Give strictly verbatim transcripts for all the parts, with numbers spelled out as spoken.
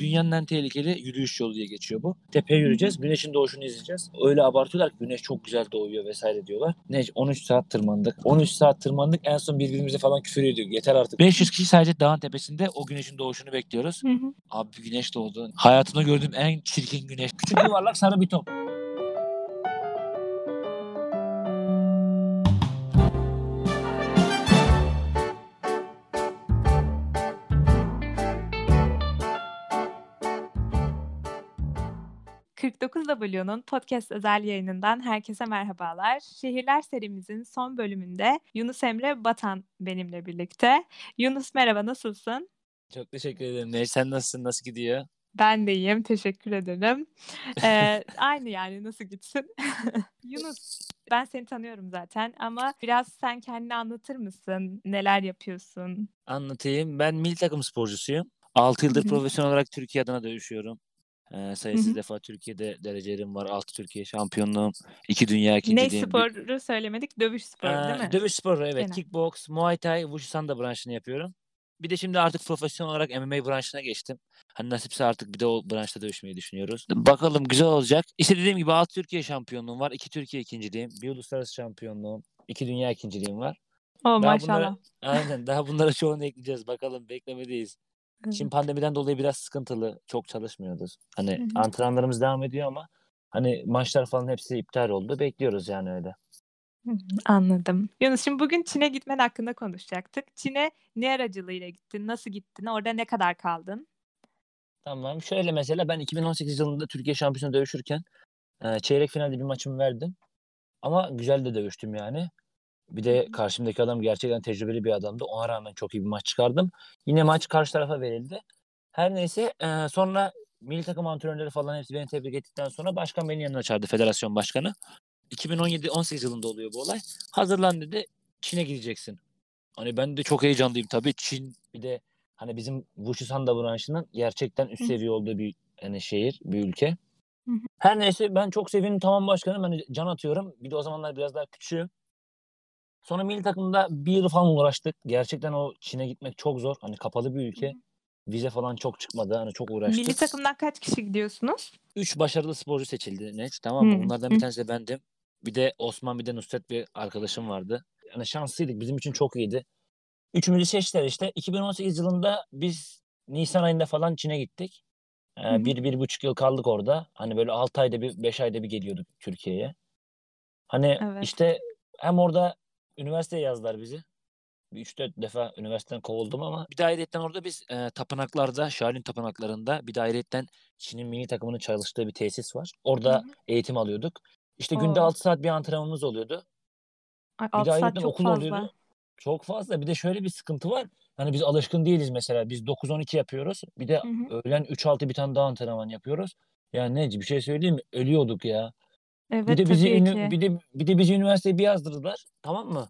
dünyanın en tehlikeli yürüyüş yolu diye geçiyor bu. Tepeye yürüyeceğiz. Güneşin doğuşunu izleyeceğiz. Öyle abartıyorlar ki güneş çok güzel doğuyor vesaire diyorlar. Ne on üç saat tırmandık. on üç saat tırmandık. En son birbirimize falan küfür ediyorduk. Yeter artık. beş yüz kişi sadece dağın tepesinde o güneşin doğuşunu bekliyoruz. Hı hı. Abi güneş doğdu. Hayatımda gördüğüm en çirkin güneş. Küçük yuvarlak sarı bir top. kırk dokuz W'nun podcast özel yayınından herkese merhabalar. Şehirler serimizin son bölümünde Yunus Emre Batan benimle birlikte. Yunus merhaba, nasılsın? Çok teşekkür ederim. Ne, sen nasılsın? Nasıl gidiyor? Ben de iyiyim, teşekkür ederim. Ee, aynı yani, nasıl gitsin? Yunus, ben seni tanıyorum zaten ama biraz sen kendini anlatır mısın? Neler yapıyorsun? Anlatayım. Ben milli takım sporcusuyum. altı yıldır profesyonel olarak Türkiye adına dövüşüyorum. Ee, sayısız defa Türkiye'de derecelerim var. altı Türkiye şampiyonluğum, iki dünya Ne ikinciliğim. bir- sporu söylemedik? Dövüş sporu değil Ee, mi? dövüş sporu evet. Genel. Kickbox, Muay Thai, Wushu Sanda branşını yapıyorum. Bir de şimdi artık profesyonel olarak M M A branşına geçtim. Hani nasipse artık bir de o branşta dövüşmeyi düşünüyoruz. Bakalım güzel olacak. İşte dediğim gibi altı Türkiye şampiyonluğum var. iki Türkiye ikinciliğim, bir uluslararası şampiyonluğum, iki dünya ikinciliğim var. Oh Daha bunlara maşallah. aynen daha bunlara çoğunu ekleyeceğiz. Bakalım beklemedeyiz. Şimdi Evet. pandemiden dolayı biraz sıkıntılı. Çok çalışmıyoruz. Hani Hı hı. antrenmanlarımız devam ediyor ama hani maçlar falan hepsi iptal oldu. Bekliyoruz yani öyle. Hı hı, anladım. Yunus, şimdi bugün Çin'e gitmen hakkında konuşacaktık. Çin'e ne aracılığıyla gittin? Nasıl gittin? Orada ne kadar kaldın? Tamam. Şöyle mesela ben iki bin on sekiz yılında Türkiye şampiyonu dövüşürken e, çeyrek finalde bir maçımı verdim. Ama güzel de dövüştüm yani. Bir Hı de hı. karşımdaki adam gerçekten tecrübeli bir adamdı. Ona rağmen çok iyi bir maç çıkardım. Yine maç karşı tarafa verildi. Her neyse e, sonra milli takım antrenörleri falan hepsi beni tebrik ettikten sonra başkan beni yanına çağırdı, federasyon başkanı. iki bin on yedi on sekiz yılında oluyor bu olay. Hazırlan dedi. Çin'e gideceksin. Hani ben de çok heyecanlıyım tabii. Çin bir de hani bizim Wushu Sanda branşının gerçekten üst Hı hı. seviye olduğu bir hani şehir, bir ülke. Hı hı. Her neyse ben çok sevindim, tamam başkanım, hani can atıyorum. Bir de o zamanlar biraz daha küçüğüm. Sonra milli takımda bir yıl falan uğraştık. Gerçekten o Çin'e gitmek çok zor. Hani kapalı bir Hı ülke. hı. Vize falan çok çıkmadı. Hani çok Milli uğraştık. takımdan kaç kişi gidiyorsunuz? Üç başarılı sporcu seçildi net, tamam mı? Hı Bunlardan bir hı. tanesi de bendim. Bir de Osman, bir de Nusret bir arkadaşım vardı. Yani şanslıydık. Bizim için çok iyiydi. Üçümüzü seçtiler işte. iki bin on sekiz yılında biz Nisan ayında falan Çin'e gittik. Hı Ee, hı. bir, bir buçuk yıl kaldık orada. Hani böyle altı ayda bir, beş ayda bir geliyorduk Türkiye'ye. Hani Evet. işte hem orada üniversiteye yazdılar bizi. Bir üç dört defa üniversiteden kovuldum ama bir de ayrıyetten orada biz e, tapınaklarda, Shaolin tapınaklarında bir de ayrıyetten Çin'in milli takımının çalıştığı bir tesis var. Hı Orada hı. eğitim alıyorduk. İşte günde O! altı saat bir antrenmanımız oluyordu. Ay, Bir de altı saat ayrıyetten çok okul fazla. oluyordu. Çok fazla. Bir de şöyle bir sıkıntı var. Hani biz alışkın değiliz mesela. Biz dokuz on iki yapıyoruz. Bir de Hı hı. öğlen üç altı bir tane daha antrenman yapıyoruz. Yani ne bir şey söyleyeyim mi? Ölüyorduk ya. Bir Evet, de bizi tabii ünü ki. bir de bir de bizi üniversiteye bir yazdırdılar. Tamam mı?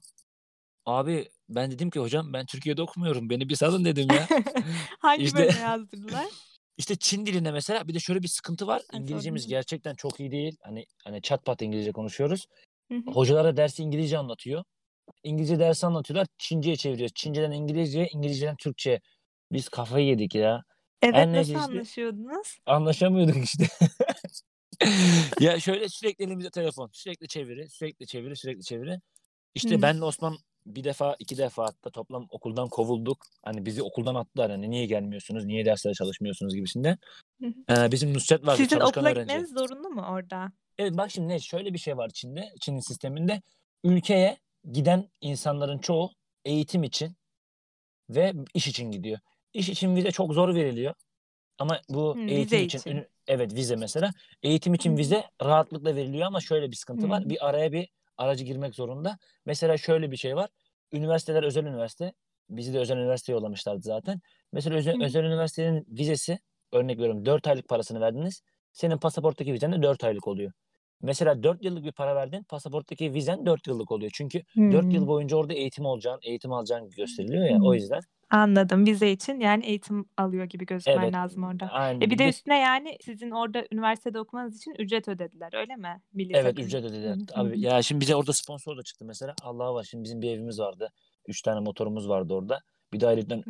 Abi ben dedim ki hocam ben Türkiye'de okumuyorum. Beni bir salın dedim ya. Hangi İşte bölüme yazdırdılar? işte Çin dilinde mesela bir de şöyle bir sıkıntı var. Ay, sorun İngilizcemiz değil. gerçekten çok iyi değil. Hani hani çat pat İngilizce konuşuyoruz. Hı hı. Hocalara dersi İngilizce anlatıyor. İngilizce dersi anlatıyorlar. Çince'ye çeviriyoruz. Çince'den İngilizce'ye, İngilizce'den Türkçe'ye. Biz kafayı yedik ya. Her Evet, neyse nasıl işte anlaşıyordunuz? anlaşamıyorduk işte. Ya şöyle sürekli elimizde telefon. Sürekli çeviri, sürekli çeviri, sürekli çeviri. İşte Hıı. benle Osman bir defa, iki defa hatta toplam okuldan kovulduk. Hani bizi okuldan attılar. Hani niye gelmiyorsunuz, niye derslere çalışmıyorsunuz gibisinden. Hı hı. Eee, bizim Nusret vardı, Sizin çalışkan okula öğrenci. gitmeniz zorunlu mu orada? Evet bak şimdi ne şöyle bir şey var Çin'de, Çin'in sisteminde. Ülkeye giden insanların çoğu eğitim için ve iş için gidiyor. İş için vize çok zor veriliyor. Ama bu Hımm, eğitim vize için için. ünü evet vize mesela. Eğitim Hı için hı. vize rahatlıkla veriliyor ama şöyle bir sıkıntı var. Hımm. Bir araya bir aracı girmek zorunda. Mesela şöyle bir şey var. Üniversiteler özel üniversite. Bizi de özel üniversiteye yollamışlardı zaten. Mesela öze Hı hı. özel üniversitenin vizesi, örnek veriyorum, dört aylık parasını verdiniz. Senin pasaporttaki vizen de dört aylık oluyor. Mesela dört yıllık bir para verdin, pasaporttaki vizen dört yıllık oluyor. Çünkü dört yıl Hımm. boyunca orada eğitim olacağın, eğitim alacağın gösteriliyor ya, o Hımm. yüzden. Anladım. Vize için, yani, eğitim alıyor gibi gözükmen Evet, lazım orada. E, aynen. bir Bir de de üstüne, yani, sizin orada üniversitede okumanız için ücret ödediler, öyle mi? Milli evet, takım. ücret Hı ödediler. hı. Hı Abi hı. ya şimdi bize orada sponsor da çıktı mesela. Allah var, şimdi bizim bir evimiz vardı. üç tane motorumuz vardı orada. Bir de ayrıyeten Hı.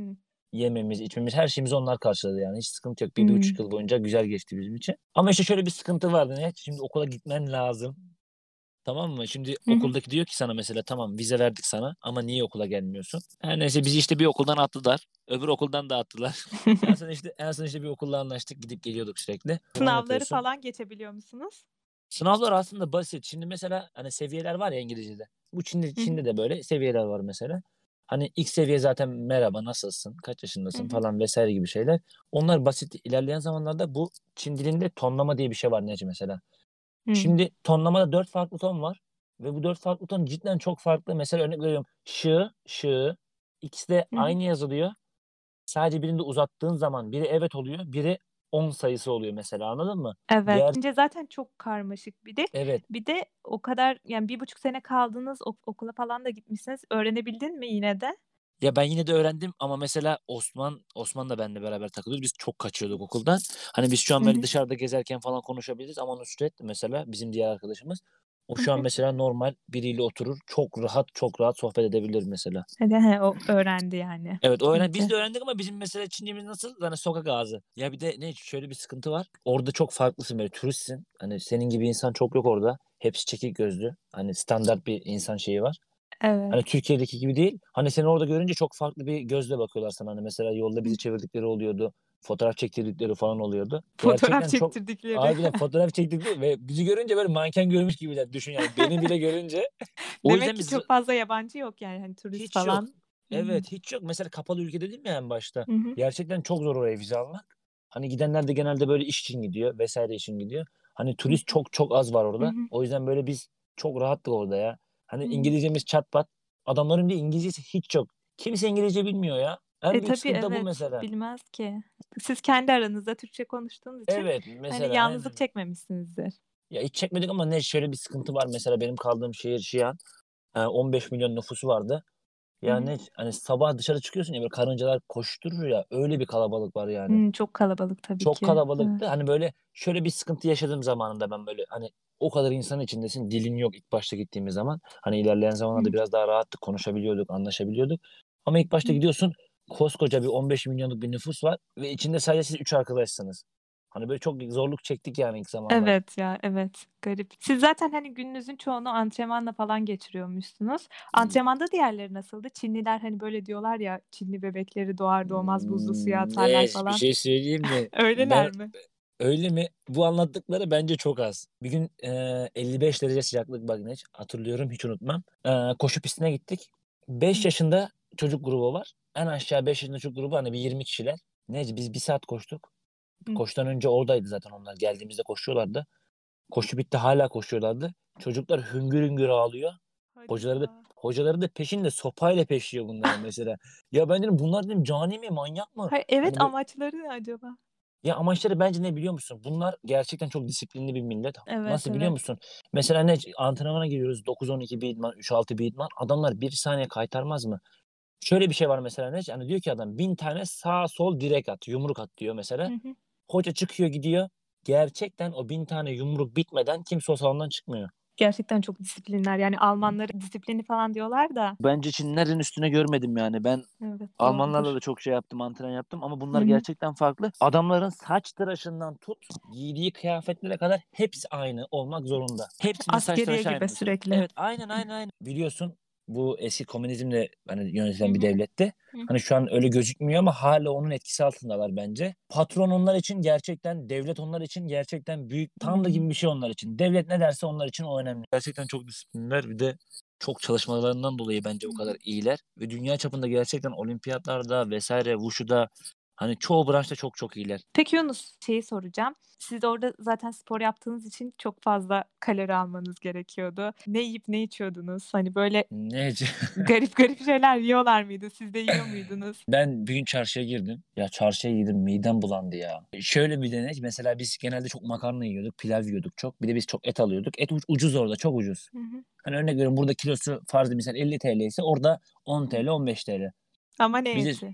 Yememiz, içmemiz, her şeyimizi onlar karşıladı yani. Hiç sıkıntı yok. bir bir buçuk Hımm. yıl boyunca güzel geçti bizim için. Ama işte şöyle bir sıkıntı vardı Nihat. Şimdi okula gitmen lazım. Tamam mı? Şimdi Hı hı. okuldaki diyor ki sana mesela tamam vize verdik sana ama niye okula gelmiyorsun? Her neyse bizi işte bir okuldan attılar. Öbür okuldan da attılar. En son işte en son işte bir okulla anlaştık. Gidip geliyorduk sürekli. Falan Sınavları yapıyorsun. falan geçebiliyor musunuz? Sınavlar aslında basit. Şimdi mesela hani seviyeler var ya İngilizce'de. Bu Çin'de, Hı hı. Çin'de de böyle seviyeler var mesela. Hani ilk seviye zaten merhaba nasılsın, kaç Hı yaşındasın hı. falan vesaire gibi şeyler. Onlar basit. İlerleyen zamanlarda bu Çin dilinde tonlama diye bir şey var Neci mesela. Hımm. Şimdi tonlamada dört farklı ton var ve bu dört farklı ton cidden çok farklı. Mesela örnek veriyorum şı, şı ikisi de Hı hı. aynı yazılıyor. Sadece birinde uzattığın zaman biri evet oluyor, biri on sayısı oluyor mesela anladın mı? Evet. Diğer Bence zaten çok karmaşık bir dil. evet. Bir de o kadar yani bir buçuk sene kaldınız, ok okula falan da gitmişsiniz. Öğrenebildin mi yine de? Ya, ben yine de öğrendim ama mesela Osman Osman'la benimle beraber takılıyordu. Biz çok kaçıyorduk okuldan. Hani, biz şu an Hı böyle hı. dışarıda gezerken falan konuşabiliriz ama Nusret mesela bizim diğer arkadaşımız, o Hı şu an hı. mesela normal biriyle oturur, çok rahat, çok rahat sohbet edebilir mesela. Hadi he, o öğrendi yani Evet, o öğren biz iyice. de öğrendik ama bizim mesela Çincemiz nasıl? Hani, sokak ağzı. Ya, bir de ne şöyle bir sıkıntı var. Orada çok farklısın, böyle turistsin. Hani, senin gibi insan çok yok orada. Hepsi çekik gözlü. Hani, standart bir insan şeyi var. Hani, Evet. Türkiye'deki gibi değil. Hani, seni orada görünce çok farklı bir gözle bakıyorlar sana. Hani, mesela yolda Hı. bizi çevirdikleri oluyordu. Fotoğraf çektirdikleri falan oluyordu. Fotoğraf Gerçekten çok çektirdikleri. harbiden fotoğraf çektirdi ve bizi görünce böyle manken görmüş gibiler. Düşün yani beni bile görünce. O Demek yüzden ki biz çok fazla yabancı yok yani, hani, turist hiç yok. falan. Hımm. Evet, hiç yok. Mesela kapalı ülke dedim ya en başta. Hı hı. Gerçekten çok zor oraya vize almak. Hani, gidenler de genelde böyle iş için gidiyor vesaire için gidiyor. Hani, Hı turist hı. çok çok az var Hı orada. hı. O yüzden böyle biz çok rahattık orada ya. Hani, Hı hı. İngilizcemiz çat pat. Adamların bir İngilizcesi hiç yok. Kimse İngilizce bilmiyor ya. En E, büyük tabii, sıkıntı da bu evet. mesela. Bilmez ki. Siz kendi aranızda Türkçe konuştuğunuz için, Evet, hani, mesela yalnızlık aynen. çekmemişsinizdir. Ya hiç çekmedik ama ne şöyle bir sıkıntı var mesela benim kaldığım şehir Şiyan. Eee, on beş milyon nüfusu vardı. Hı hı. Yani, hani, sabah dışarı çıkıyorsun ya, böyle karıncalar koşturur ya, öyle bir kalabalık var yani. Hımm, çok kalabalık tabii Çok ki. Evet. kalabalıktı. Hani, böyle, şöyle bir sıkıntı yaşadım zamanında ben, böyle, hani, o kadar insanın içindesin, dilin yok ilk başta gittiğimiz zaman. Hani, ilerleyen zamanlarda Hı biraz daha rahattık, konuşabiliyorduk, anlaşabiliyorduk ama ilk başta hı. gidiyorsun, koskoca bir on beş milyonluk bir nüfus var ve içinde sadece siz üç arkadaşsınız. Hani, böyle, çok zorluk çektik yani ilk zamanlar. Evet ya, evet, garip. Siz zaten, hani, gününüzün çoğunu antrenmanla falan geçiriyormuşsunuz. Antrenmanda diğerleri nasıldı? Çinliler, hani, böyle diyorlar ya, Çinli bebekleri doğar doğmaz buzlu suya Imm, atarlar evet, bir falan. şey söyleyeyim mi? Ben Öyleler mi? öyle mi? Bu anlattıkları bence çok az. Bir gün, eee, elli beş derece sıcaklık bak Güneş, hatırlıyorum, hiç unutmam. Eee, koşu pistine gittik. beş Hı. yaşında çocuk grubu var. En aşağı beş yaşında çocuk grubu, hani, bir yirmi kişiler. Neyse biz bir saat koştuk. Hı. Koşudan önce oradaydı zaten onlar. Geldiğimizde koşuyorlardı. Koşu bitti, hâlâ koşuyorlardı. Çocuklar hüngür hüngür ağlıyor. Hadi Hocaları da ya. hocaları da peşinde sopayla peşliyor bunların mesela. Ya ben dedim bunlar dedim cani mi, manyak mı? Hay evet, Hani, böyle amaçları ne acaba? ya, amaçları bence ne biliyor musun? Bunlar gerçekten çok disiplinli bir millet. Evet, Nasıl biliyor evet. musun? Mesela ne antrenmana giriyoruz dokuz on iki bir idman, üç altı bir idman. Adamlar bir saniye kaytarmaz mı? Şöyle bir şey var mesela ne? Hani, diyor ki adam bin tane sağ sol direk at, yumruk at diyor Hı mesela. hı. Hoca çıkıyor gidiyor. Gerçekten o bin tane yumruk bitmeden kimse o salondan çıkmıyor. Gerçekten çok disiplinler. Yani Almanların disiplini falan diyorlar da. Bence Çinlilerin üstüne görmedim yani. Ben Evet, Almanlarla doğrudur. da çok şey yaptım, antrenman yaptım ama Hı bunlar hı. gerçekten farklı. Adamların saç tıraşından tut, giydiği kıyafetlere kadar hepsi aynı olmak zorunda. Hepsinin saç Askeriye tıraşı gibi aynı mesela. sürekli. Evet, aynen, aynen, aynen. Biliyorsun bu eski komünizmle, hani, Hı yönetilen bir hı. devletti. Hı Hani, hı. şu an öyle gözükmüyor ama hâlâ onun etkisi altındalar bence. Patron onlar için gerçekten, devlet onlar için gerçekten büyük tanrı Hımm. gibi bir şey onlar için. Devlet ne derse onlar için o önemli. Gerçekten çok disiplinliler. Bir de çok çalışmalarından dolayı bence Hı bu hı. kadar iyiler ve dünya çapında gerçekten olimpiyatlarda vesaire Wushu'da, hani, çoğu branşta çok çok iyiler. Peki Yunus, şeyi soracağım. Siz orada zaten spor yaptığınız için çok fazla kalori almanız gerekiyordu. Ne yiyip ne içiyordunuz? Hani, böyle Nece garip garip şeyler yiyorlar mıydı? Siz de yiyor muydunuz? Ben bir gün çarşıya girdim. Ya, çarşıya girdim, midem bulandı ya. Şöyle bir de mesela biz genelde çok makarna yiyorduk, pilav yiyorduk çok. Bir de biz çok et alıyorduk. Et uc ucuz orada, çok ucuz. Hı hı. Hani, örnek veriyorum burada kilosu farzı misal elli T L ise orada on Hı. T L, on beş T L. Ama ne Biz de eti?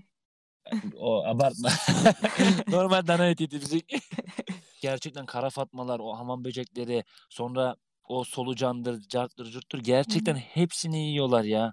o abartma. Normal dana etiydi bizimki. Gerçekten kara fatmalar, o hamam böcekleri, sonra o solucandır, carttır, curttur Hı gerçekten hı. hepsini yiyorlar ya.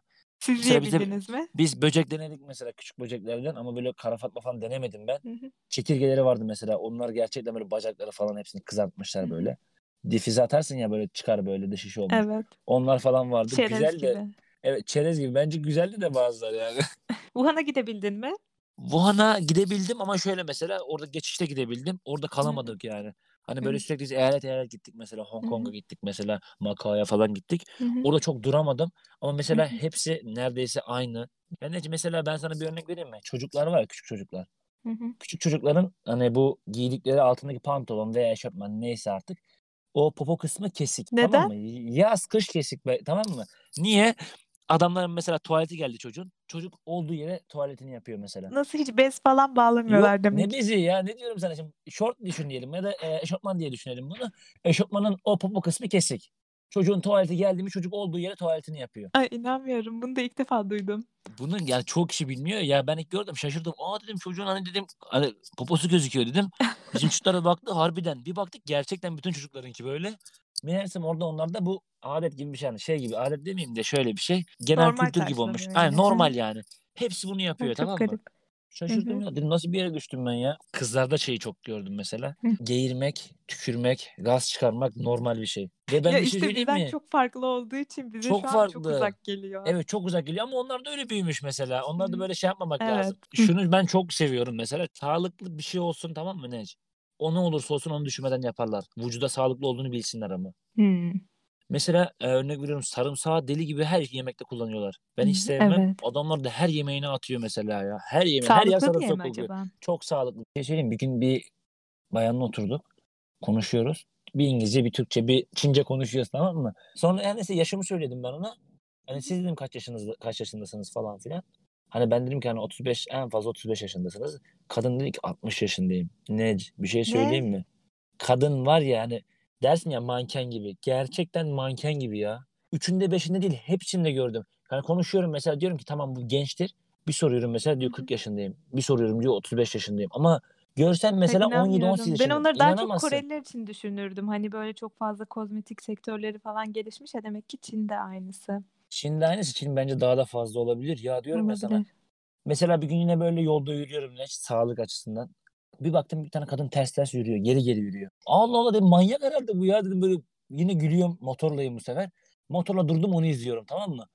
Siz Mesela biz de yiyebildiniz mi? biz böcek denedik mesela küçük böceklerden ama böyle kara fatma falan denemedim ben. Hı hı. Çekirgeleri vardı mesela. Onlar gerçekten böyle bacakları falan hepsini Hı kızartmışlar hı. böyle. Difüze atarsın ya böyle çıkar böyle dışı şey olmuş. Evet. Onlar falan vardı. Çerez Güzel de gibi. evet çerez gibi. Bence güzeldi de bazıları yani. Wuhan'a gidebildin mi? Wuhan'a gidebildim ama şöyle mesela orada geçişte gidebildim. Orada Hı hı. kalamadık yani. Hani Hı böyle hı. sürekli biz eyalet eyalet gittik mesela. Hong Hı Kong'a hı. gittik mesela. Macao'ya falan gittik. Hı hı. Orada çok duramadım. Ama Hı mesela hı. hepsi neredeyse aynı. Yani mesela ben sana bir örnek vereyim mi? Çocuklar var ya küçük çocuklar. Hı hı. Küçük çocukların hani bu giydikleri altındaki pantolon veya eşofman neyse artık o popo kısmı kesik. Tamam Neden? mı? Yaz kış kesik be, tamam mı? Niye? Adamların mesela tuvaleti geldi çocuğun. Çocuk olduğu yere tuvaletini yapıyor mesela. Nasıl hiç bez falan Yok bağlamıyorlar ne demek ki. bezi ya ne diyorum sana şimdi şort düşün diyelim ya da e, eşofman diye düşünelim bunu. Eşofmanın o popo kısmı kesik. Çocuğun tuvaleti geldi mi çocuk olduğu yere tuvaletini yapıyor. Ay inanmıyorum. Bunu da ilk defa duydum. Bunu yani çoğu kişi bilmiyor ya ben ilk gördüm şaşırdım. Aa dedim çocuğun hani dedim hani poposu gözüküyor dedim. Bizim çocuklara baktı harbiden bir baktık gerçekten bütün çocuklarınki böyle. Meğersem orada onlarda bu adet gibi bir şey yani şey gibi adet demeyeyim de şöyle bir şey. Genel Normal kültür gibi olmuş. karşılanıyor Yani yani. Hı hı. normal yani. Hepsi bunu Ay, yapıyor çok tamam mı? garip. Hı Şaşırdım hı. ya. Dedim nasıl bir yere düştüm ben ya? Kızlarda şeyi çok gördüm mesela. Hı. Geğirmek, tükürmek, gaz çıkarmak normal bir şey. Ve ben Ya bir şey işte söyleyeyim bizden mi? çok farklı olduğu için bize Çok şu an çok farklı. uzak geliyor. Evet çok uzak geliyor ama onlar da öyle büyümüş mesela. Hı Onlar da hı. böyle şey yapmamak Evet. lazım. Hı. Şunu ben çok seviyorum mesela. Sağlıklı bir şey olsun tamam mı Nec? O ne olursa olsun onu düşünmeden yaparlar. Vücuda sağlıklı olduğunu bilsinler ama. Hımm. Mesela e, örnek veriyorum sarımsağı deli gibi her yemekte kullanıyorlar. Ben Hı hiç hı. sevmem. Evet. Adamlar da her yemeğine atıyor mesela ya. Her yemeğe, her yer Sağlıklı diye sarımsak mi kokuyor. acaba? Çok sağlıklı. Bir şey söyleyeyim mi? Bir gün bir bayanla oturduk. Konuşuyoruz. Bir İngilizce, bir Türkçe, bir Çince konuşuyoruz tamam mı? Sonra her neyse yaşımı söyledim ben ona. Hı Hani hı. siz dedim kaç yaşınızda kaç yaşındasınız falan filan. Hani ben dedim ki hani otuz beş en fazla otuz beş yaşındasınız. Kadın dedi ki altmış yaşındayım. Ne bir şey söyleyeyim Ne? mi? Kadın var ya hani dersin ya manken gibi. Gerçekten manken gibi ya. Üçünde beşinde değil hepsinde gördüm. Hani konuşuyorum mesela diyorum ki tamam bu gençtir. Bir soruyorum mesela Hı diyor hı. kırk yaşındayım. Bir soruyorum diyor otuz beş yaşındayım. Ama görsen Ay, mesela on yedi on sekiz inanmıyorum. Ben yaşında. onları daha çok İnanamazsın. Koreliler için düşünürdüm. Hani, böyle, çok fazla kozmetik sektörleri falan gelişmiş ya, demek ki Çin'de aynısı. Çin'de aynısı. Çin bence daha da fazla olabilir. Ya diyorum ya sana. Olabilir. Mesela bir gün yine böyle yolda yürüyorum ne sağlık açısından. Bir baktım bir tane kadın ters ters yürüyor. Geri geri yürüyor. Allah Allah dedim manyak herhalde bu ya dedim böyle yine gülüyorum motorlayım bu sefer. Motorla durdum onu izliyorum tamam mı?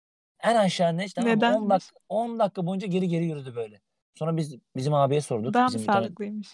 En aşağı ne tamam mı? on Nedenmiş? dakika on dakika boyunca geri geri yürüdü böyle. Sonra biz bizim abiye sorduk. Daha mı Bizim bir tane sağlıklıymış?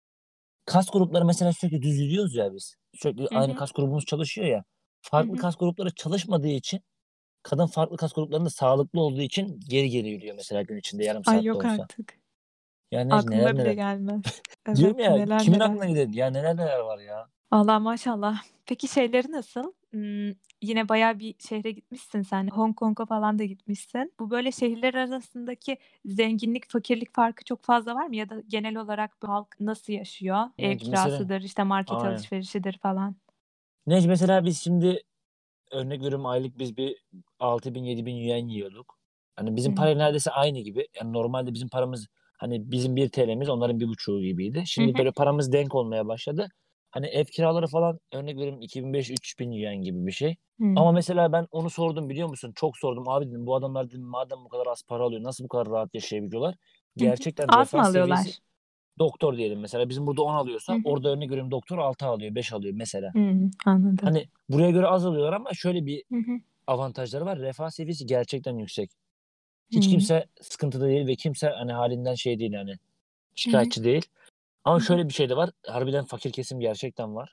kas grupları mesela sürekli düz yürüyoruz ya biz. Sürekli Hı aynı hı. kas grubumuz çalışıyor ya. Hı Farklı hı. kas grupları çalışmadığı için kadın farklı kas gruplarında sağlıklı olduğu için geri geri yürüyor mesela gün içinde yarım Ay, saatte yok olsa. artık. Yani ne neler Aklıma bile neler. gelmez. Diyorum Evet, ya neler kimin neler. aklına gider? Ya neler neler var ya. Vallahi maşallah. Peki şeyleri nasıl? Imm, yine bayağı bir şehre gitmişsin sen. Hong Kong'a falan da gitmişsin. Bu böyle şehirler arasındaki zenginlik, fakirlik farkı çok fazla var mı? Ya da genel olarak bu halk nasıl yaşıyor? Ev Ne mesela kirasıdır, işte, market aynen. alışverişidir falan. Ne mesela biz şimdi örnek veriyorum aylık biz bir altı bin yedi bin yuan yiyorduk. Hani bizim Hımm. para neredeyse aynı gibi. Yani normalde bizim paramız hani bizim bir T L'miz onların bir buçuğu gibiydi. Hı Şimdi hı. böyle paramız denk olmaya başladı. Hani ev kiraları falan örnek veriyorum iki bin beş üç bin yuan gibi bir şey. Hımm. Ama mesela ben onu sordum biliyor musun? Çok sordum. Abi dedim bu adamlar dedim madem bu kadar az para alıyor nasıl bu kadar rahat yaşayabiliyorlar? Hı hı. Gerçekten Az refah mı seviyesi alıyorlar? doktor diyelim mesela bizim burada on Hı alıyorsa hı. orada örnek veriyorum doktor altı alıyor beş alıyor mesela. Hımm, anladım. Hani buraya göre az alıyorlar ama şöyle bir Hı hı. avantajları var. Refah seviyesi gerçekten yüksek. Hiç Hımm. kimse sıkıntıda değil ve kimse, hani, hâlinden şey değil, yani, Hı hı. şikâyetçi değil. Ama Hı hı. şöyle bir şey de var, harbiden fakir kesim gerçekten var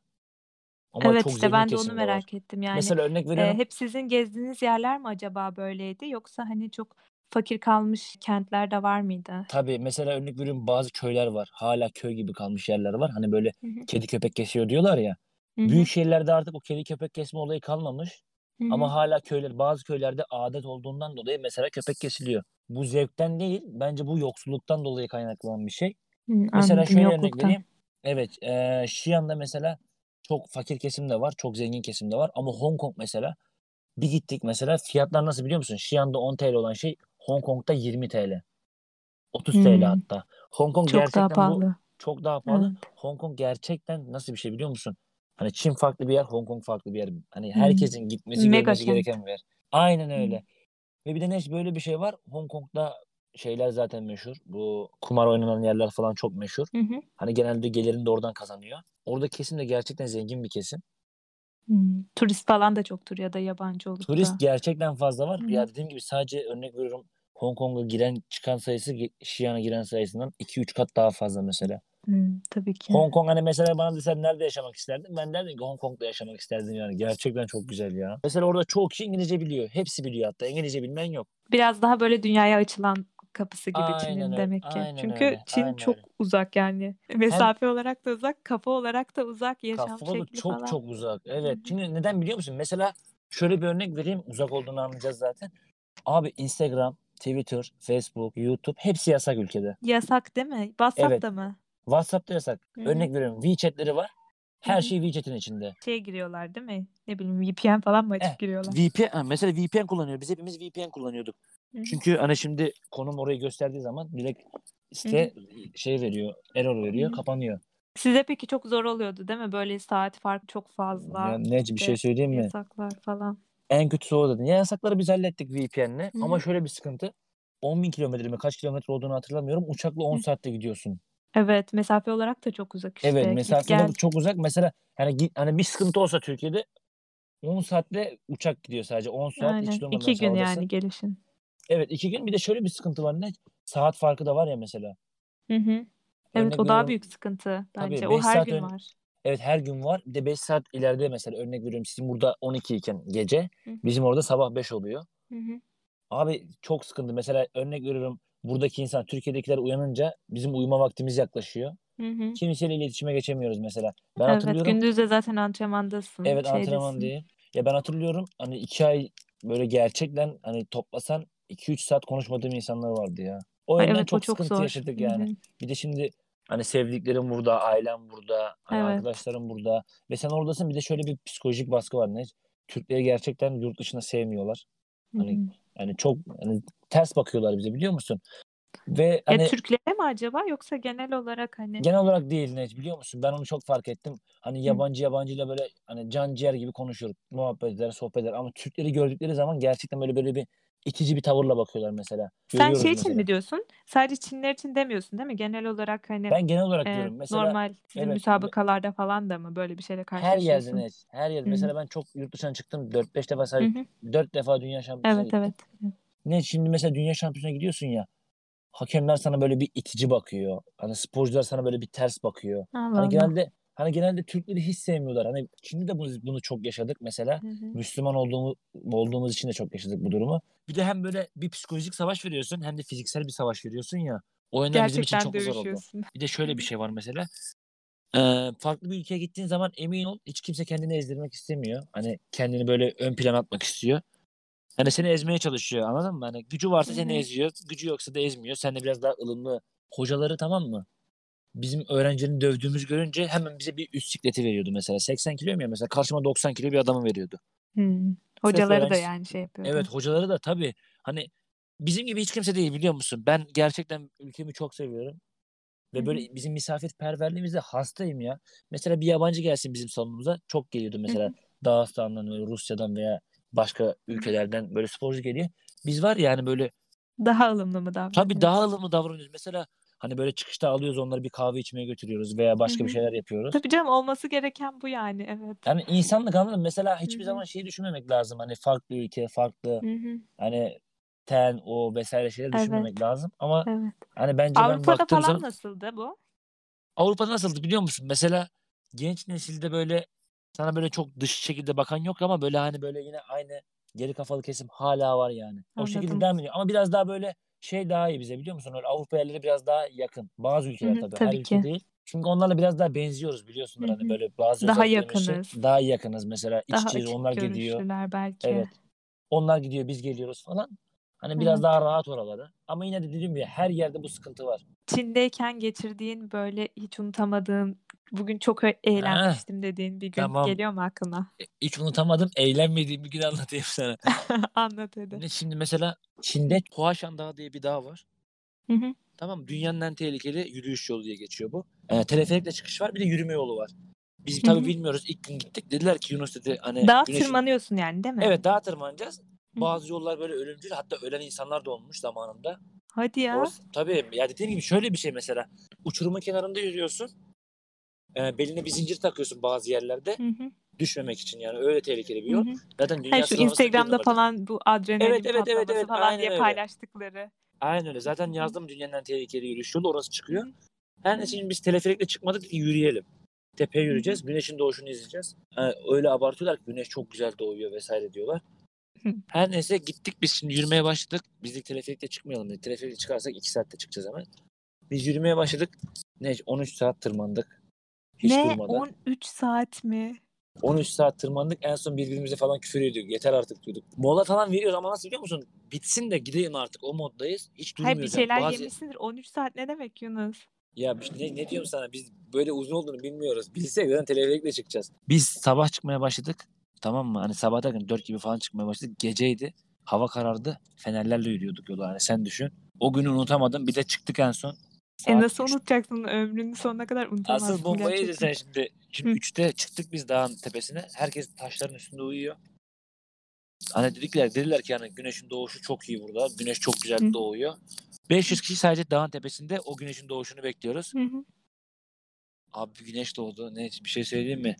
ama Evet, çok işte, zengin ben de onu kesim de var. merak ettim. Yani, Mesela örnek eee, veriyorum hep sizin gezdiğiniz yerler mi acaba böyleydi yoksa, hani, çok fakir kalmış kentler de var mıydı? Tabii, mesela örnek veriyorum bazı köyler var. Hâlâ köy gibi kalmış yerler var. Hani, böyle Hı hı. kedi köpek kesiyor diyorlar ya. Hı Büyük hı. şehirlerde artık o kedi köpek kesme olayı kalmamış Hı hı. ama hâlâ köyler bazı köylerde âdet olduğundan dolayı mesela köpek kesiliyor. Bu zevkten değil, bence bu yoksulluktan dolayı kaynaklanan bir şey. Hımm, Mesela anladım, şöyle örnek yokluktan. vereyim. Evet, eee, Xi'an'da mesela çok fakir kesim de var, çok zengin kesim de var ama Hong Kong mesela bir gittik mesela fiyatlar nasıl biliyor musun? Xi'an'da on T L olan şey Hong Kong'da yirmi T L, otuz T L Hımm, hatta. Hong Kong çok daha gerçekten bu pahalı. çok daha pahalı. Evet. Hong Kong gerçekten nasıl bir şey biliyor musun? Hani Çin farklı bir yer, Hong Kong farklı bir yer. Hani Hımm. herkesin gitmesi, Mega görmesi kent. gereken bir yer. Aynen Hımm. öyle. Ve bir de ne böyle bir şey var. Hong Kong'da şeyler zaten meşhur. Bu kumar oynanan yerler falan çok meşhur. Hı hı. Hani genelde gelirini de oradan kazanıyor. Orada kesim de gerçekten zengin bir kesim. Hımm. Turist falan da çoktur ya da yabancı olup Turist da. gerçekten fazla var. Hı Ya hı. dediğim gibi sadece örnek veriyorum Hong Kong'a giren çıkan sayısı ge Xi'an'a giren sayısından iki üç kat daha fazla mesela. Hımm, tabii ki. Hong Kong hani mesela bana desen nerede yaşamak isterdin? Ben derdim ki Hong Kong'da yaşamak isterdim yani. Gerçekten çok güzel ya. Mesela orada çoğu kişi İngilizce biliyor. Hepsi biliyor hatta. İngilizce bilmeyen yok. Biraz daha böyle dünyaya açılan kapısı gibi Aynen Çin'in öyle. demek ki. Aynen Çünkü öyle. Çin Aynen çok öyle. uzak yani. Hem Mesafe olarak da uzak, kafa olarak da uzak, yaşam kafalı şekli çok falan. çok uzak. Hı Evet. hı. Çünkü neden biliyor musun? Mesela şöyle bir örnek vereyim. Uzak olduğunu anlayacağız zaten. Abi Instagram, Twitter, Facebook, YouTube hepsi yasak ülkede. Yasak değil mi? Evet. WhatsApp'ta mı? WhatsApp'ta yasak. Hı hı. Örnek veriyorum WeChat'leri var. Hı Her hı. şey WeChat'in içinde. Şeye giriyorlar değil mi? Ne bileyim V P N falan mı Eh, açıp giriyorlar? V P N ha, mesela V P N kullanıyor. Biz hepimiz V P N kullanıyorduk. Hı hı. Çünkü hani şimdi konum orayı gösterdiği zaman direkt Hı hı. site şey veriyor, error Hı veriyor, hı. kapanıyor. Size peki çok zor oluyordu değil mi? Böyle saat farkı çok Ya fazla, Nec bir şey işte söyleyeyim mi? yasaklar falan. En kötüsü o dedin. Ya yasakları biz hallettik V P N'le Hı ama hı. şöyle bir sıkıntı. on bin kilometre mi kaç kilometre olduğunu hatırlamıyorum. Uçakla on Hı. saatte gidiyorsun. Evet, mesafe olarak da çok uzak Evet, işte. Git mesafe gel. olarak çok uzak. Mesela hani git, hani bir sıkıntı olsa Türkiye'de on saatte uçak gidiyor sadece. on saat hiç Aynen. durmadan iki sen gün yani oradasın. gelişin. Evet iki gün. Bir de şöyle bir sıkıntı var ne? Saat farkı da var ya mesela. Hı hı. Evet, Örnek o daha veriyorum büyük sıkıntı bence. tabii O beş her saat gün ön var. evet her gün var. Bir de beş saat ileride mesela örnek veriyorum sizin burada on iki iken gece Hı hı. bizim orada sabah beş oluyor. Hı hı. Abi çok sıkıntı. Mesela örnek veriyorum buradaki insan Türkiye'dekiler uyanınca bizim uyuma vaktimiz yaklaşıyor. Hı hı. Kimseyle iletişime geçemiyoruz mesela. Ben Evet, hatırlıyorum gündüz de zaten antrenmandasın, evet antrenman şeydesin. değil. Ya ben hatırlıyorum hani iki ay böyle gerçekten hani toplasan iki üç saat konuşmadığım insanlar vardı ya. O Ay, yönden evet, o çok çok sıkıntı zor. yaşadık Hı yani. hı. Bir de şimdi hani sevdiklerim burada, ailem burada, hani Evet. arkadaşlarım burada ve sen oradasın bir de şöyle bir psikolojik baskı var ne? Türkleri gerçekten yurt dışında sevmiyorlar. Hı Hani hı. yani çok hani ters bakıyorlar bize biliyor musun? Ve Ya, hani Türklere mi acaba yoksa genel olarak, hani? genel olarak değil Necip biliyor musun? Ben onu çok fark ettim. Hani Hı. yabancı yabancıyla böyle hani can ciğer gibi konuşuyoruz. Muhabbet eder, sohbet eder ama Türkleri gördükleri zaman gerçekten böyle böyle bir itici bir tavırla bakıyorlar mesela. Sen Görüyoruz şey için mesela. mi diyorsun? Sadece Çinliler için demiyorsun değil mi? Genel olarak, hani, Ben genel olarak eee, diyorum. Mesela normal sizin evet me müsabakalarda falan da mı böyle bir şeyle her yerde karşılaşıyorsun? Necip, her yerde. Hımm. Mesela ben çok yurt dışına çıktım. dört beş defa Hı say hı. dört defa dünya şampiyonasına Evet, gittim. evet. Hı. Ne şimdi mesela dünya şampiyonasına gidiyorsun ya. Hakemler sana böyle bir itici bakıyor. Hani sporcular sana böyle bir ters bakıyor. Allah Hani Allah. genelde hani genelde Türkleri hiç sevmiyorlar. Hani şimdi de bunu, bunu çok yaşadık mesela. Hı hı. Müslüman olduğumuz, olduğumuz için de çok yaşadık bu durumu. Bir de hem böyle bir psikolojik savaş veriyorsun hem de fiziksel bir savaş veriyorsun ya. O yönden bizim için Gerçekten çok zor oldu. dövüşüyorsun. Bir de Hı şöyle bir hı. şey var mesela. Eee, farklı bir ülkeye gittiğin zaman emin ol hiç kimse kendini ezdirmek istemiyor. Hani kendini böyle ön plana atmak istiyor. Hı Hani hı. seni ezmeye çalışıyor, anladın mı? Hani gücü varsa Hı seni hı. eziyor, gücü yoksa da ezmiyor. Sen de biraz daha ılımlı. Hocaları tamam mı? Bizim öğrencilerini dövdüğümüzü görünce hemen bize bir üst sikleti veriyordu mesela. seksen kiloyum ya mesela karşıma doksan kilo bir adamı veriyordu. Hımm. Sırf Hocaları da öğrencisi. yani şey Evet yapıyordu. hocaları da tabii hani bizim gibi hiç kimse değil biliyor musun? Ben gerçekten ülkemi çok seviyorum. Hı Ve hı. böyle bizim misafirperverliğimizde hastayım ya. Mesela bir yabancı gelsin bizim salonumuza. Çok geliyordu Hı mesela hı. Dağıstan'dan, böyle Rusya'dan veya başka Hı hı. ülkelerden böyle sporcu geliyor. Biz var ya hani böyle Daha ılımlı mı tabii daha davranıyorsun? ılımlı davranıyoruz. Mesela hani böyle çıkışta alıyoruz onları bir kahve içmeye götürüyoruz veya Hı başka bir hı. şeyler yapıyoruz. Tabii canım, olması gereken bu yani, evet. Yani insanlık anladın mı? Mesela Hı hiçbir hı. zaman şeyi düşünmemek lazım. Hani farklı ülke, farklı Hı hı. hani ten, o vesaire şeyler Evet, düşünmemek lazım. Ama evet. hani bence ben Avrupa'da baktığım falan zaman nasıldı bu? Avrupa'da nasıldı biliyor musun? Mesela genç nesilde böyle sana böyle çok dış şekilde bakan yok ama böyle hani böyle yine aynı geri kafalı kesim hala var yani. O şekilde Anladım. devam ediyor. Ama biraz daha böyle şey daha iyi bize biliyor musun? Öyle Avrupa yerleri biraz daha yakın. Bazı Hı ülkeler hı. tabii. Her Tabii ülke ki. değil. Çünkü onlarla biraz daha benziyoruz Hı biliyorsundur hani hı. böyle bazı Daha özelliklerimiz için yakınız, daha iyi yakınız mesela. İç daha içeyiz açık onlar gidiyor. görüşlüler belki. Evet. Onlar gidiyor biz geliyoruz falan. Hani biraz Evet. daha rahat oraları. Ama yine de dediğim gibi her yerde bu sıkıntı var. Çin'deyken geçirdiğin, böyle, hiç unutamadığın, bugün çok ö Heh, eğlenmiştim dediğin bir gün tamam. geliyor mu aklına? E, hiç unutamadım. Eğlenmediğim bir gün anlatayım sana. Anlat hadi. Ne şimdi mesela Çin'de Huashan Dağı diye bir dağ var. Hı hı. Tamam mı? Dünyanın en tehlikeli yürüyüş yolu diye geçiyor bu. Eee, teleferikle çıkış var bir de yürüme yolu var. Biz Hı tabii hı. bilmiyoruz. İlk gün gittik. Dediler ki Yunus dedi hani Dağa güneşin tırmanıyorsun yani, değil mi? evet dağa tırmanacağız. Bazı yollar böyle ölümcül. Hatta ölen insanlar da olmuş zamanında. Hadi ya. Orası, tabii ya dediğim gibi şöyle bir şey mesela. Uçurumun kenarında yürüyorsun. E, beline bir zincir takıyorsun bazı yerlerde. Hı hı. Düşmemek için yani. Öyle tehlikeli bir Hı yol. hı. Zaten dünya Ha, şu sıralamasında bir Instagram'da numarada. falan bu adrenalin Evet evet evet patlaması evet falan aynen diye öyle. paylaştıkları. Aynen öyle. Zaten Hı hı. yazdım dünyanın en tehlikeli yürüyüş yolu orası Hı çıkıyor. hı. Her neyse şimdi biz teleferikle çıkmadık ki yürüyelim. Tepeye Hı hı. yürüyeceğiz. Güneşin doğuşunu izleyeceğiz. Ha, öyle abartıyorlar ki güneş çok güzel doğuyor vesaire diyorlar. Hı. Her neyse gittik biz şimdi yürümeye başladık. Biz de teleferikle çıkmayalım dedik. Teleferikle çıkarsak iki saatte çıkacağız hemen. Biz yürümeye başladık. Ne on üç saat tırmandık. Hiç Ne? durmadan. on üç saat mi? on üç saat tırmandık. En son birbirimize falan küfür ediyorduk. Yeter artık diyorduk. Mola falan veriyoruz ama nasıl biliyor musun? Bitsin de gideyim artık. O moddayız. Hiç Hayır, bir durmuyoruz. Yani şeyler bazı... yemişsindir. on üç saat ne demek Yunus? Ya ne, ne diyorum sana? Biz böyle uzun olduğunu bilmiyoruz. Bilsek zaten teleferikle çıkacağız. Biz sabah çıkmaya başladık. Tamam mı? Hani sabah derken dört gibi falan çıkmaya başladık. Geceydi. Hava karardı. Fenerlerle yürüyorduk yolu. Hani sen düşün. O günü unutamadım. Bir de çıktık en son. E Saat nasıl üç. unutacaksın? Ömrünün sonuna kadar Asıl unutamazsın bombayı yedin gerçekten. sen şimdi. Şimdi Hı. üçte çıktık biz dağın tepesine. Herkes taşların üstünde uyuyor. Hani dedikler, dediler ki yani güneşin doğuşu çok iyi burada. Güneş çok güzel Hı. doğuyor. beş yüz kişi sadece dağın tepesinde o güneşin doğuşunu bekliyoruz. Hı hı. Abi güneş doğdu. Ne bir şey söyleyeyim mi?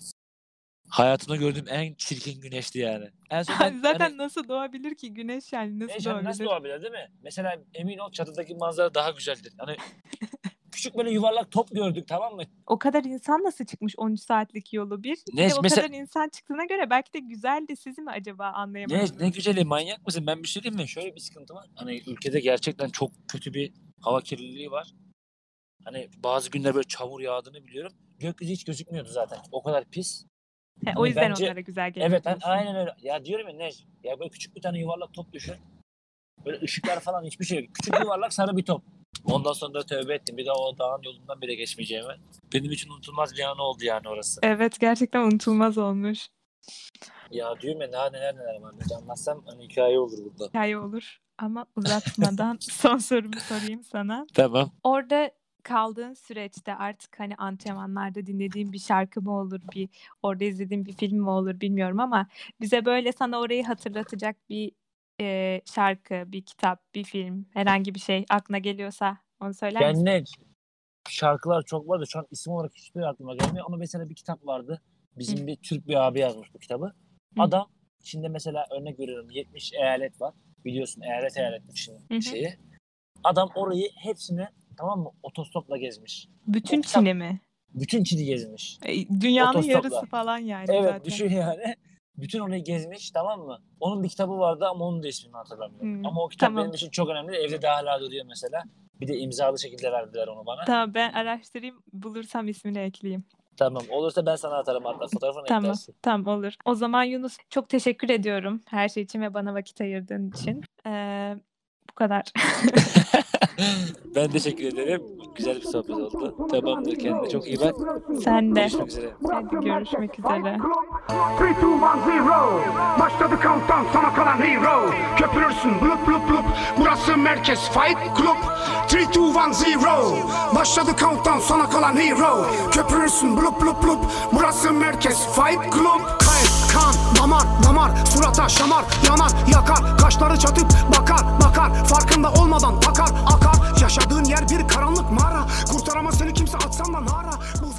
Hayatımda gördüğüm en çirkin güneşti yani. En son ben Zaten hani nasıl doğabilir ki güneş, yani nasıl güneş hani nasıl doğabilir? doğabilir değil mi? Mesela emin ol çatıdaki manzara daha güzeldir. Hani küçük böyle yuvarlak top gördük tamam mı? O kadar insan nasıl çıkmış on üç saatlik yolu bir? Bir Ne de o mesela kadar insan çıktığına göre belki de güzeldi, siz mi acaba ne, anlayamadınız? ne güzeli manyak mısın? Ben bir şey diyeyim mi? Şöyle bir sıkıntı var. Hani ülkede gerçekten çok kötü bir hava kirliliği var. Hani bazı günler böyle çamur yağdığını biliyorum. Gökyüzü hiç gözükmüyordu zaten. O kadar pis. He, o Hani yüzden bence onlara güzel geliyor evet hani diyorsun. aynen öyle. Ya diyorum ya ne? Ya böyle küçük bir tane yuvarlak top düşün. Böyle ışıklar falan hiçbir şey yok. Küçük yuvarlak sarı bir top. Ondan sonra da tövbe ettim. Bir daha o dağın yolundan bile geçmeyeceğime. Benim için unutulmaz bir anı oldu yani orası. Evet, gerçekten unutulmaz olmuş. Ya diyorum ya daha neler neler var. Bir anlatsam hani hikaye olur burada. Hikaye olur ama uzatmadan son sorumu sorayım sana. Tamam. Orada kaldığın süreçte artık hani antrenmanlarda dinlediğin bir şarkı mı olur, bir orada izlediğin bir film mi olur bilmiyorum ama bize böyle sana orayı hatırlatacak bir e, şarkı, bir kitap, bir film, herhangi bir şey aklına geliyorsa onu söyler misin? Kendine şarkılar çok vardı. Şu an isim olarak hiçbir aklıma gelmiyor. Ama mesela bir kitap vardı. Hı. Bizim bir Türk bir abi yazmış bu kitabı. Hı. Adam şimdi mesela örnek veriyorum yetmiş eyalet var. Biliyorsun eyalet eyalet için Hı hı. şeyi. Adam orayı hepsini tamam mı otostopla gezmiş. Bütün O kitap Çin'i mi? bütün Çin'i gezmiş. E, Dünyanın Otostopla. yarısı falan yani Evet zaten. düşün yani. Bütün orayı gezmiş tamam mı? Onun bir kitabı vardı ama onun da ismini hatırlamıyorum. Hı. Ama o kitap Tamam. benim için çok önemli. Evde de hala duruyor mesela. Bir de imzalı şekilde verdiler onu bana. Tamam, ben araştırayım, bulursam ismini ekleyeyim. Tamam. Olursa ben sana atarım hatta fotoğrafını Tamam, eklersin. tamam olur. O zaman Yunus, çok teşekkür ediyorum her şey için ve bana vakit ayırdığın için. Ee, bu kadar. Ben teşekkür ederim. Güzel bir sohbet oldu. Tamamdır. Kendine çok iyi bak. Sen de. Görüşmek üzere. Hadi görüşmek üzere. three, two, one, zero. Başladı countdown sana kalan hero. Köpürürsün blup blup blup. Burası merkez fight club. three, two, one, zero. Başladı countdown sana kalan hero. Köpürürsün blup blup blup. Burası merkez fight club. Kalp, kan, damar, damar. Surata şamar, yanar, yakar. Kaşları çatıp bakar, bakar. Farkında olmadan akar, akar. Yaşadığın yer bir karanlık mağara. Kurtaramaz seni kimse atsan da nara.